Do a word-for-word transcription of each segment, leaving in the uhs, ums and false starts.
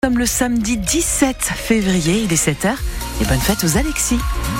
Nous sommes le samedi dix-sept février, il est sept heures, et bonne fête aux Alexis.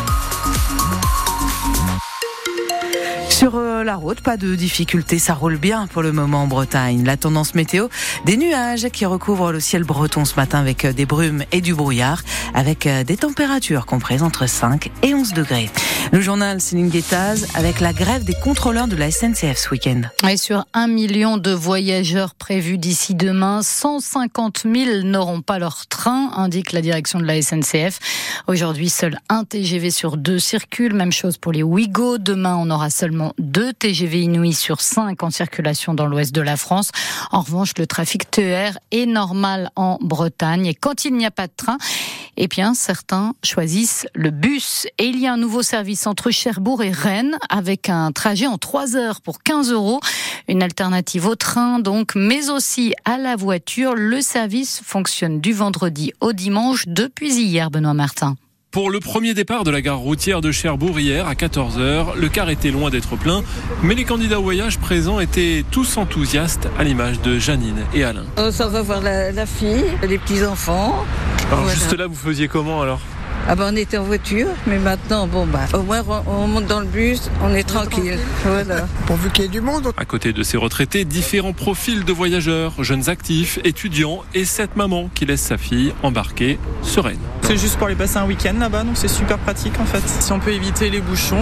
Sur la route, pas de difficultés, ça roule bien pour le moment en Bretagne. La tendance météo, des nuages qui recouvrent le ciel breton ce matin avec des brumes et du brouillard, avec des températures comprises entre cinq et onze degrés. Le journal Céline Guettaz avec la grève des contrôleurs de la S N C F ce week-end. Et sur un million de voyageurs prévus d'ici demain, cent cinquante mille n'auront pas leur train, indique la direction de la S N C F. Aujourd'hui, seul un T G V sur deux circule. Même chose pour les Ouigo. Demain, on aura seulement deux T G V Inouï sur cinq en circulation dans l'ouest de la France. En revanche, le trafic T E R est normal en Bretagne. Et quand il n'y a pas de train, eh bien, certains choisissent le bus. Et il y a un nouveau service entre Cherbourg et Rennes avec un trajet en trois heures pour quinze euros. Une alternative au train, donc, mais aussi à la voiture. Le service fonctionne du vendredi au dimanche depuis hier, Benoît Martin. Pour le premier départ de la gare routière de Cherbourg hier à quatorze heures, le car était loin d'être plein, mais les candidats au voyage présents étaient tous enthousiastes à l'image de Janine et Alain. On s'en va voir la, la fille, les petits-enfants. Alors Voilà. Juste là, vous faisiez comment alors ? Ah ben on était en voiture, mais maintenant, bon bah, au moins on monte dans le bus, on est tranquille. Voilà. Pourvu qu'il y ait du monde. À côté de ces retraités, différents profils de voyageurs, jeunes actifs, étudiants et cette maman qui laisse sa fille embarquer sereine. C'est juste pour aller passer un week-end là-bas, donc c'est super pratique en fait. Si on peut éviter les bouchons,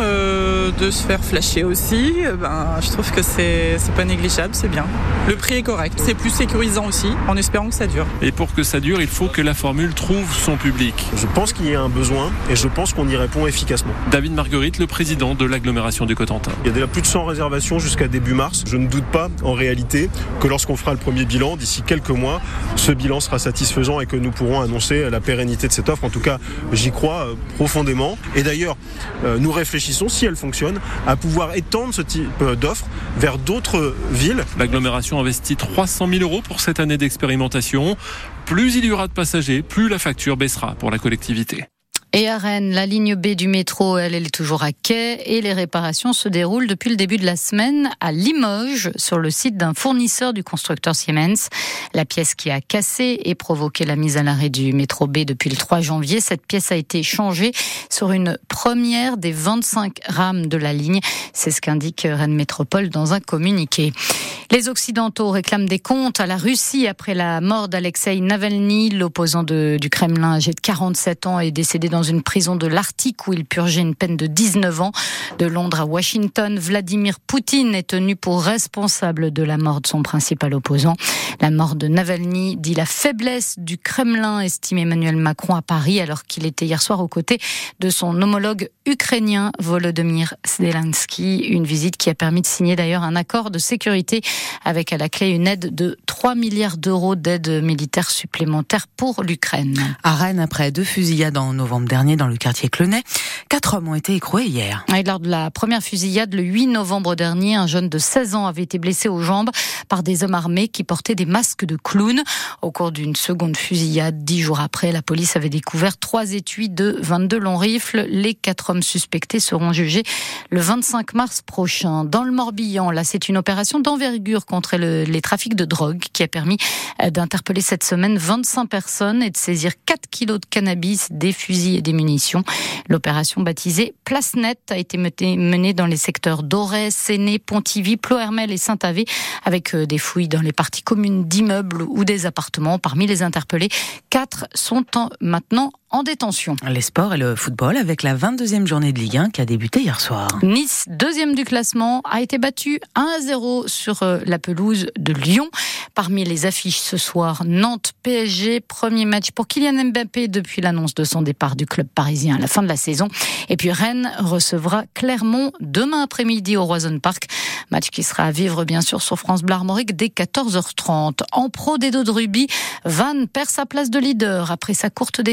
euh, de se faire flasher aussi, euh, ben, je trouve que c'est, c'est pas négligeable, c'est bien. Le prix est correct, c'est plus sécurisant aussi, en espérant que ça dure. Et pour que ça dure, il faut que la formule trouve son public. Je pense qu'il y a un besoin et je pense qu'on y répond efficacement. David Marguerite, le président de l'agglomération du Cotentin. Il y a déjà plus de cent réservations jusqu'à début mars. Je ne doute pas en réalité que lorsqu'on fera le premier bilan, d'ici quelques mois, ce bilan sera satisfaisant et que nous pourrons annoncer la pérennité de cette offre. En tout cas, j'y crois euh, profondément. Et d'ailleurs, euh, nous réfléchissons, si elle fonctionne, à pouvoir étendre ce type euh, d'offre vers d'autres villes. L'agglomération investit trois cent mille euros pour cette année d'expérimentation. Plus il y aura de passagers, plus la facture baissera pour la collectivité. Et à Rennes, la ligne B du métro, elle, elle est toujours à quai et les réparations se déroulent depuis le début de la semaine à Limoges, sur le site d'un fournisseur du constructeur Siemens. La pièce qui a cassé et provoqué la mise à l'arrêt du métro B depuis le trois janvier, cette pièce a été changée sur une première des vingt-cinq rames de la ligne. C'est ce qu'indique Rennes Métropole dans un communiqué. Les Occidentaux réclament des comptes à la Russie après la mort d'Alexeï Navalny, l'opposant de, du Kremlin âgé de quarante-sept ans est décédé dans une prison de l'Arctique où il purgeait une peine de dix-neuf ans. De Londres à Washington, Vladimir Poutine est tenu pour responsable de la mort de son principal opposant. La mort de Navalny dit la faiblesse du Kremlin, estime Emmanuel Macron à Paris, alors qu'il était hier soir aux côtés de son homologue ukrainien Volodymyr Zelensky. Une visite qui a permis de signer d'ailleurs un accord de sécurité avec à la clé une aide de trois milliards d'euros d'aide militaire supplémentaire pour l'Ukraine. À Rennes, après deux fusillades en novembre dernier dans le quartier Clenay, quatre hommes ont été écroués hier. Et lors de la première fusillade, le huit novembre dernier, un jeune de seize ans avait été blessé aux jambes par des hommes armés qui portaient des masques de clown. Au cours d'une seconde fusillade, dix jours après, la police avait découvert trois étuis de vingt-deux longs rifles. Les quatre hommes suspectés seront jugés le vingt-cinq mars prochain. Dans le Morbihan, là, c'est une opération d'envergure contre le, les trafics de drogue qui a permis d'interpeller cette semaine vingt-cinq personnes et de saisir quatre kilos de cannabis, des fusils et des munitions. L'opération baptisée Place Nette a été menée dans les secteurs d'Auray, Séné, Pontivy, Ploërmel et Saint-Avé avec des fouilles dans les parties communes d'immeubles ou des appartements. Parmi les interpellés, quatre sont en, maintenant en détention. Les sports et le football avec la vingt-deuxième journée de Ligue un qui a débuté hier soir. Nice, deuxième du classement, a été battu un à zéro sur la pelouse de Lyon. Parmi les affiches ce soir, Nantes-P S G, premier match pour Kylian Mbappé depuis l'annonce de son départ du club parisien à la fin de la saison. Et puis Rennes recevra Clermont demain après-midi au Roison Park. Match qui sera à vivre bien sûr sur France Bleu Armorique dès quatorze heures trente. En pro des dos de rugby, Vannes perd sa place de leader après sa courte défaite hier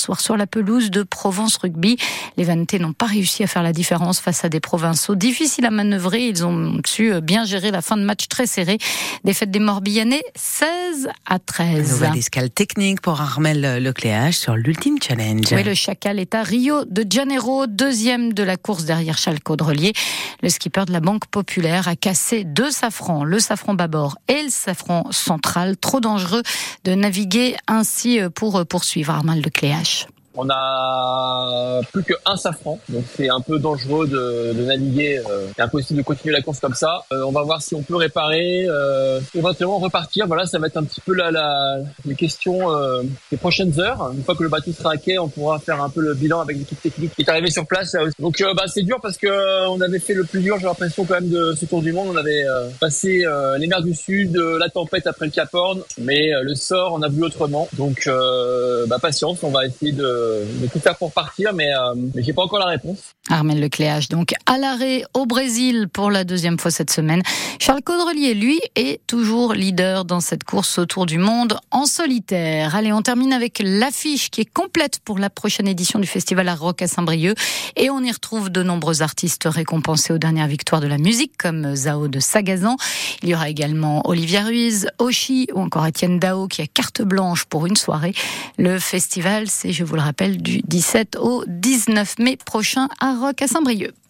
soir sur la pelouse de Provence Rugby. Les Vannetais n'ont pas réussi à faire la différence face à des provinciaux difficiles à manœuvrer. Ils ont su bien gérer la fin de match très serrée. Défaite des Morbihanais seize à treize. Nouvelle escale technique pour Armel Lecléache sur l'Ultime Challenge. Oui, le Chacal est à Rio de Janeiro, deuxième de la course derrière Charles Caudrelier. Le skipper de la Banque Populaire a cassé deux safrans, le safran bâbord et le safran central. Trop dangereux de naviguer ainsi pour poursuivre Armel Lecléache. On a plus qu'un safran, donc c'est un peu dangereux de, de naviguer. Euh, c'est impossible de continuer la course comme ça. Euh, on va voir si on peut réparer, euh, éventuellement repartir. Voilà, ça va être un petit peu la, la les questions euh, des prochaines heures. Une fois que le bateau sera à quai, on pourra faire un peu le bilan avec l'équipe technique qui est arrivée sur place. Là aussi. Donc euh, bah c'est dur parce que euh, on avait fait le plus dur. J'ai l'impression quand même de ce Tour du Monde. On avait euh, passé euh, les mers du Sud, euh, la tempête après le Cap Horn, mais euh, le sort on a voulu autrement. Donc euh, bah patience, on va essayer de de tout faire pour partir, mais, euh, mais j'ai pas encore la réponse. Armel Lecléache, donc à l'arrêt au Brésil pour la deuxième fois cette semaine. Charles Caudrelier, lui, est toujours leader dans cette course autour du monde en solitaire. Allez, on termine avec l'affiche qui est complète pour la prochaine édition du Festival Art Rock à Saint-Brieuc. Et on y retrouve de nombreux artistes récompensés aux dernières victoires de la musique, comme Zao de Sagazan. Il y aura également Olivia Ruiz, Oshi ou encore Étienne Dao qui a carte blanche pour une soirée. Le festival, c'est, je vous le rappelle, du dix-sept au dix-neuf mai prochain à Rock à Saint-Brieuc.